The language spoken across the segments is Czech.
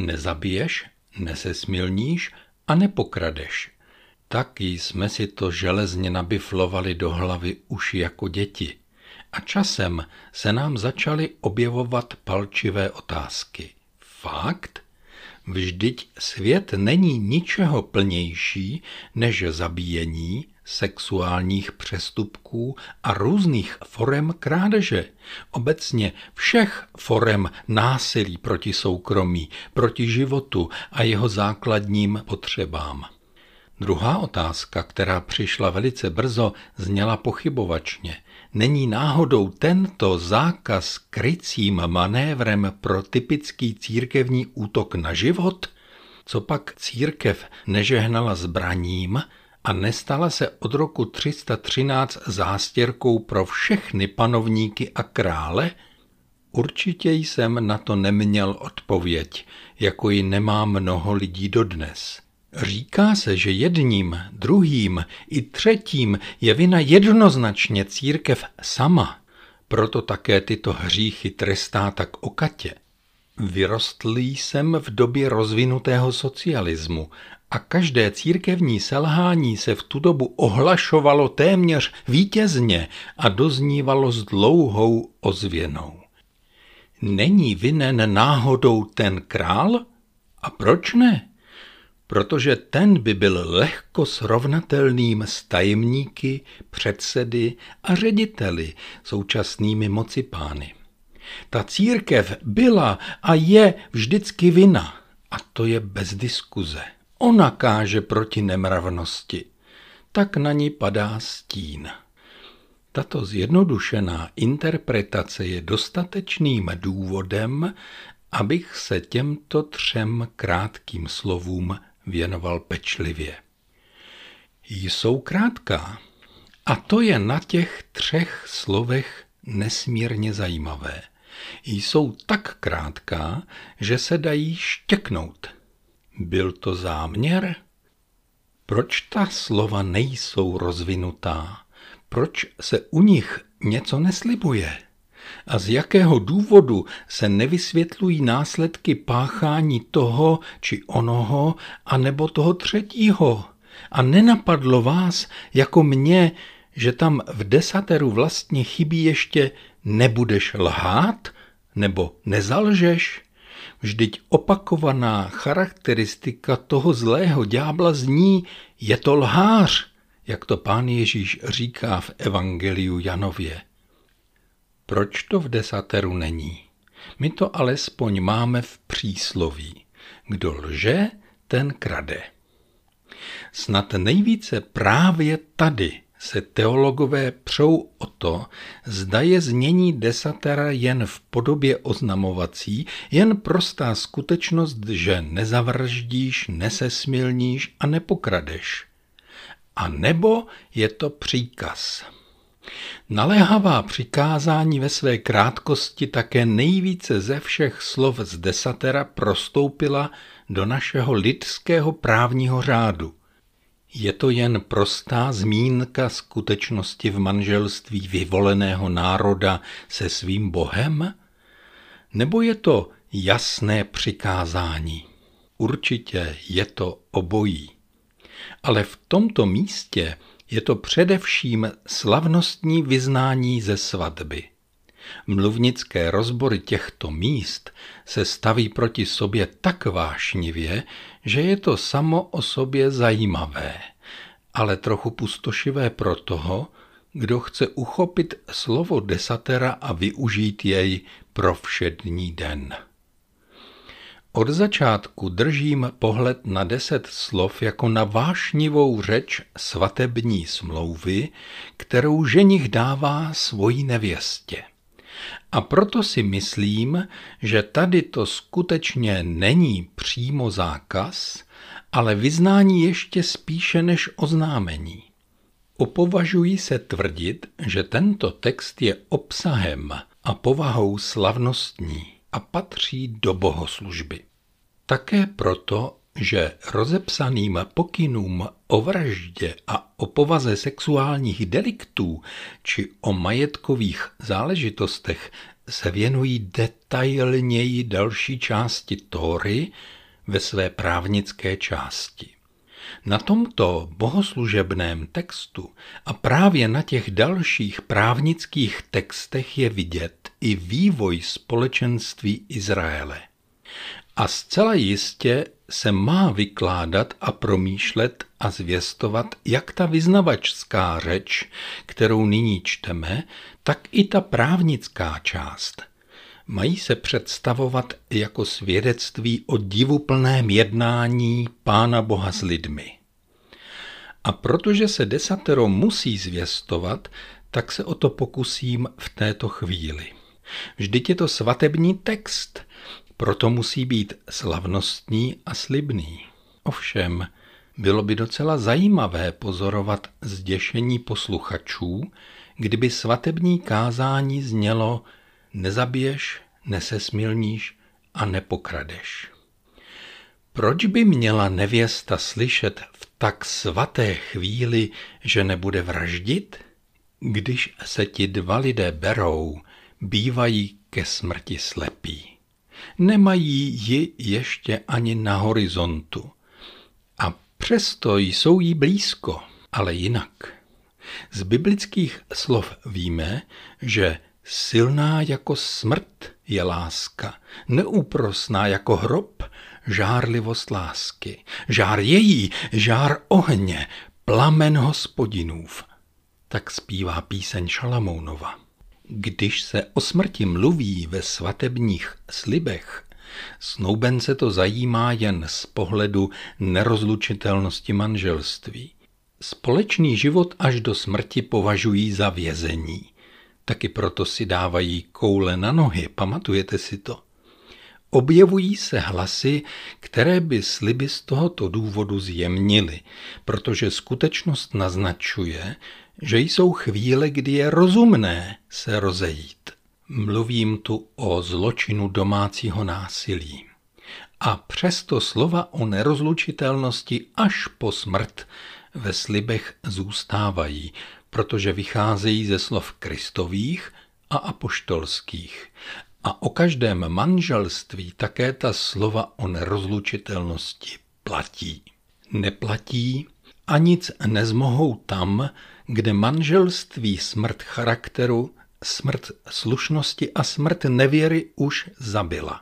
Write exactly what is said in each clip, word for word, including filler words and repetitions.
nezabiješ, nesesmilníš a nepokradeš. Tak jsme si to železně nabiflovali do hlavy už jako děti. A časem se nám začaly objevovat palčivé otázky. Fakt? Vždyť svět není ničeho plnější než zabíjení, sexuálních přestupků a různých forem krádeže. Obecně všech forem násilí proti soukromí, proti životu a jeho základním potřebám. Druhá otázka, která přišla velice brzo, zněla pochybovačně. Není náhodou tento zákaz krycím manévrem pro typický církevní útok na život? Copak církev nežehnala zbraním a nestala se od roku tři sta třináct zástěrkou pro všechny panovníky a krále? Určitě jsem na to neměl odpověď, jako ji nemá mnoho lidí dodnes. Říká se, že jedním, druhým i třetím je vina jednoznačně církev sama, proto také tyto hříchy trestá tak okatě. Vyrostl jsem v době rozvinutého socialismu a každé církevní selhání se v tu dobu ohlašovalo téměř vítězně a doznívalo s dlouhou ozvěnou. Není vinen náhodou ten král? A proč ne? Protože ten by byl lehko srovnatelným s tajemníky, předsedy a řediteli, současnými mocipány. Ta církev byla a je vždycky vina, a to je bez diskuze. Ona káže proti nemravnosti, tak na ní padá stín. Tato zjednodušená interpretace je dostatečným důvodem, abych se těmto třem krátkým slovům věnoval pečlivě. Jsou krátká a to je na těch třech slovech nesmírně zajímavé. Jsou tak krátká, že se dají štěknout. Byl to záměr? Proč ta slova nejsou rozvinutá? Proč se u nich něco neslibuje? A z jakého důvodu se nevysvětlují následky páchání toho či onoho, anebo toho třetího? A nenapadlo vás, jako mě, že tam v desateru vlastně chybí ještě nebudeš lhát, nebo nezalžeš? Vždyť opakovaná charakteristika toho zlého ďábla zní, je to lhář, jak to Pán Ježíš říká v Evangeliu Janově. Proč to v desateru není? My to alespoň máme v přísloví. Kdo lže, ten krade. Snad nejvíce právě tady se teologové přou o to, zda je znění desatera jen v podobě oznamovací, jen prostá skutečnost, že nezavraždíš, nesesmilníš a nepokradeš. A nebo je to příkaz. Naléhavá přikázání ve své krátkosti také nejvíce ze všech slov z desatera prostoupila do našeho lidského právního řádu. Je to jen prostá zmínka skutečnosti v manželství vyvoleného národa se svým Bohem? Nebo je to jasné přikázání? Určitě je to obojí. Ale v tomto místě je to především slavnostní vyznání ze svatby. Mluvnické rozbory těchto míst se staví proti sobě tak vášnivě, že je to samo o sobě zajímavé, ale trochu pustošivé pro toho, kdo chce uchopit slovo desatera a využít jej pro všední den. Od začátku držím pohled na deset slov jako na vášnivou řeč svatební smlouvy, kterou ženich dává svojí nevěstě. A proto si myslím, že tady to skutečně není přímo zákaz, ale vyznání ještě spíše než oznámení. Opovažuji se tvrdit, že tento text je obsahem a povahou slavnostní a patří do bohoslužby. Také proto, že rozepsaným pokynům o vraždě a o povaze sexuálních deliktů či o majetkových záležitostech se věnují detailněji další části Tóry ve své právnické části. Na tomto bohoslužebném textu a právě na těch dalších právnických textech je vidět i vývoj společenství Izraele. A zcela jistě se má vykládat a promýšlet a zvěstovat jak ta vyznavačská řeč, kterou nyní čteme, tak i ta právnická část. Mají se představovat jako svědectví o divuplném jednání Pána Boha s lidmi. A protože se desatero musí zvěstovat, tak se o to pokusím v této chvíli. Vždyť je to svatební text, proto musí být slavnostní a slibný. Ovšem, bylo by docela zajímavé pozorovat zděšení posluchačů, kdyby svatební kázání znělo nezabiješ, nesesmilníš a nepokradeš. Proč by měla nevěsta slyšet v tak svaté chvíli, že nebude vraždit? Když se ti dva lidé berou, bývají ke smrti slepí. Nemají ji ještě ani na horizontu. A přesto jsou jí blízko, ale jinak. Z biblických slov víme, že silná jako smrt je láska, neúprosná jako hrob, žárlivost lásky. Žár její, žár ohně, plamen Hospodinův. Tak zpívá píseň Šalamounova. Když se o smrti mluví ve svatebních slibech, snoubence to zajímá jen z pohledu nerozlučitelnosti manželství. Společný život až do smrti považují za vězení. Taky proto si dávají koule na nohy, pamatujete si to? Objevují se hlasy, které by sliby z tohoto důvodu zjemnily, protože skutečnost naznačuje, že jsou chvíle, kdy je rozumné se rozejít. Mluvím tu o zločinu domácího násilí. A přesto slova o nerozlučitelnosti až po smrt ve slibech zůstávají, protože vycházejí ze slov Kristových a apoštolských. A o každém manželství také ta slova o nerozlučitelnosti platí. Neplatí a nic nezmohou tam, kde manželství smrt charakteru, smrt slušnosti a smrt nevěry už zabila.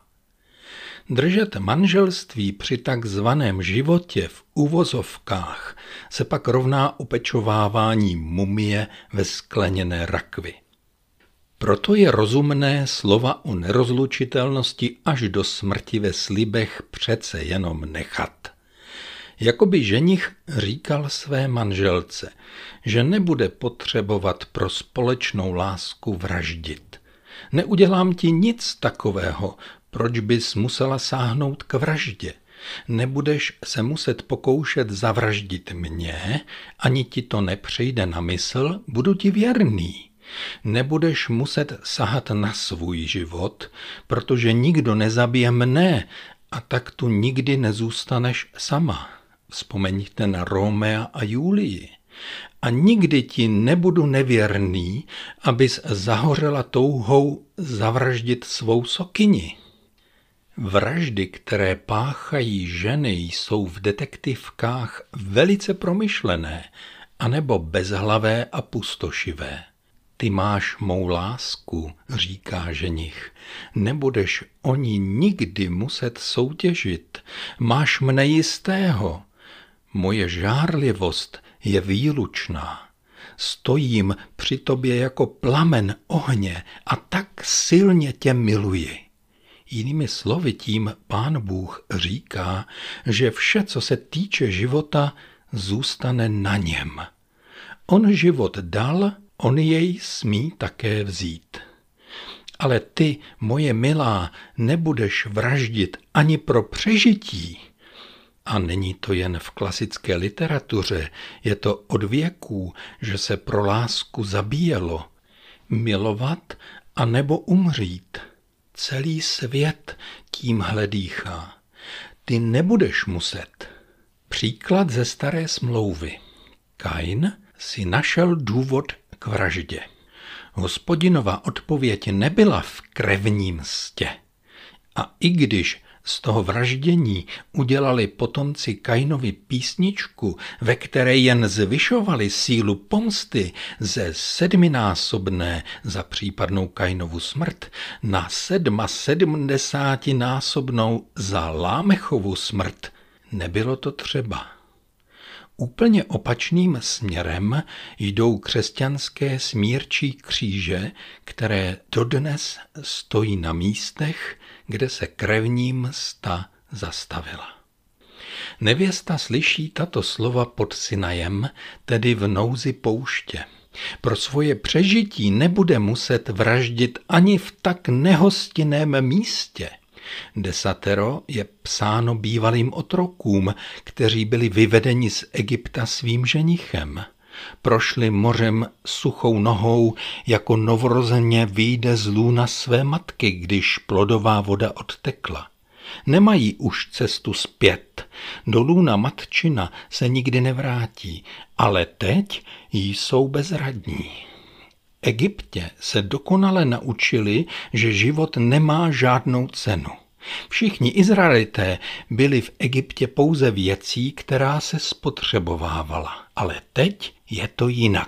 Držet manželství při takzvaném životě v uvozovkách se pak rovná upečovávání mumie ve skleněné rakvi. Proto je rozumné slova o nerozlučitelnosti až do smrti ve slibech přece jenom nechat. Jakoby ženich říkal své manželce, že nebude potřebovat pro společnou lásku vraždit. Neudělám ti nic takového, proč bys musela sáhnout k vraždě. Nebudeš se muset pokoušet zavraždit mě, ani ti to nepřejde na mysl, budu ti věrný. Nebudeš muset sahat na svůj život, protože nikdo nezabije mne a tak tu nikdy nezůstaneš sama. Vzpomeňte na Romea a Julii. A nikdy ti nebudu nevěrný, abys zahořela touhou zavraždit svou sokyni. Vraždy, které páchají ženy, jsou v detektivkách velice promyšlené, anebo bezhlavé a pustošivé. Ty máš mou lásku, říká ženich, nebudeš o ní nikdy muset soutěžit, máš mne jistého. Moje žárlivost je výlučná. Stojím při tobě jako plamen ohně a tak silně tě miluji. Jinými slovy tím Pán Bůh říká, že vše, co se týče života, zůstane na něm. On život dal, on jej smí také vzít. Ale ty, moje milá, nebudeš vraždit ani pro přežití. A není to jen v klasické literatuře, je to od věků, že se pro lásku zabíjelo. Milovat a nebo umřít. Celý svět tímhle dýchá. Ty nebudeš muset. Příklad ze staré smlouvy. Kain si našel důvod k vraždě. Hospodinova odpověď nebyla v krevní mstě. A i když z toho vraždění udělali potomci Kainovi písničku, ve které jen zvyšovali sílu pomsty ze sedminásobné za případnou Kainovu smrt na sedma sedmdesátinásobnou za Lámechovu smrt, nebylo to třeba. Úplně opačným směrem jdou křesťanské smírčí kříže, které dodnes stojí na místech, kde se krevní msta zastavila. Nevěsta slyší tato slova pod Sinajem, tedy v nouzi pouště. Pro svoje přežití nebude muset vraždit ani v tak nehostinném místě. Desatero je psáno bývalým otrokům, kteří byli vyvedeni z Egypta svým ženichem. Prošli mořem suchou nohou, jako novorozeně vyjde z lůna své matky, když plodová voda odtekla. Nemají už cestu zpět, do lůna matčina se nikdy nevrátí, ale teď jsou bezradní. Egyptě se dokonale naučili, že život nemá žádnou cenu. Všichni Izraelité byli v Egyptě pouze věcí, která se spotřebovávala, ale teď je to jinak.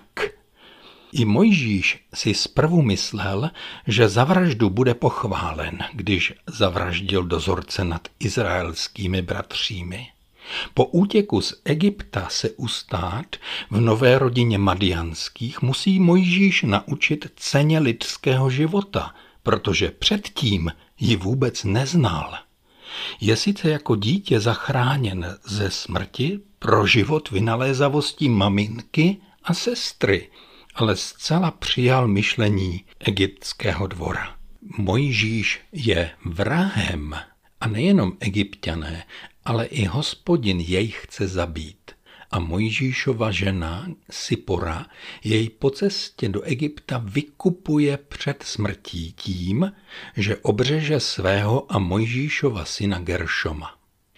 I Mojžíš si zprvu myslel, že za vraždu bude pochválen, když zavraždil dozorce nad izraelskými bratřími. Po útěku z Egypta se ustát v nové rodině Madianských musí Mojžíš naučit ceně lidského života, protože předtím ji vůbec neznal. Je sice jako dítě zachráněn ze smrti pro život vynalézavostí maminky a sestry, ale zcela přijal myšlení egyptského dvora. Mojžíš je vrahem a nejenom Egypťané, ale i Hospodin jej chce zabít. A Mojžíšova žena Sipora jej po cestě do Egypta vykupuje před smrtí tím, že obřeže svého a Mojžíšova syna Geršoma.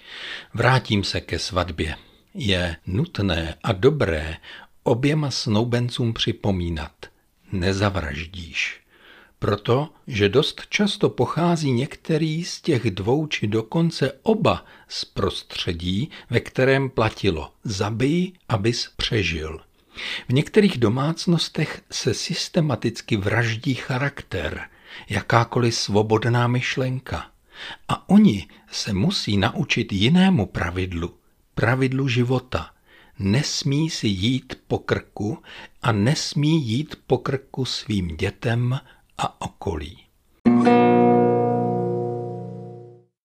Vrátím se ke svatbě. Je nutné a dobré oběma snoubencům připomínat: nezavraždíš. Protože dost často pochází některý z těch dvou či dokonce oba z prostředí, ve kterém platilo: zabij, abys přežil. V některých domácnostech se systematicky vraždí charakter, jakákoliv svobodná myšlenka. A oni se musí naučit jinému pravidlu, pravidlu života. Nesmí si jít po krku a nesmí jít po krku svým dětem a okolí.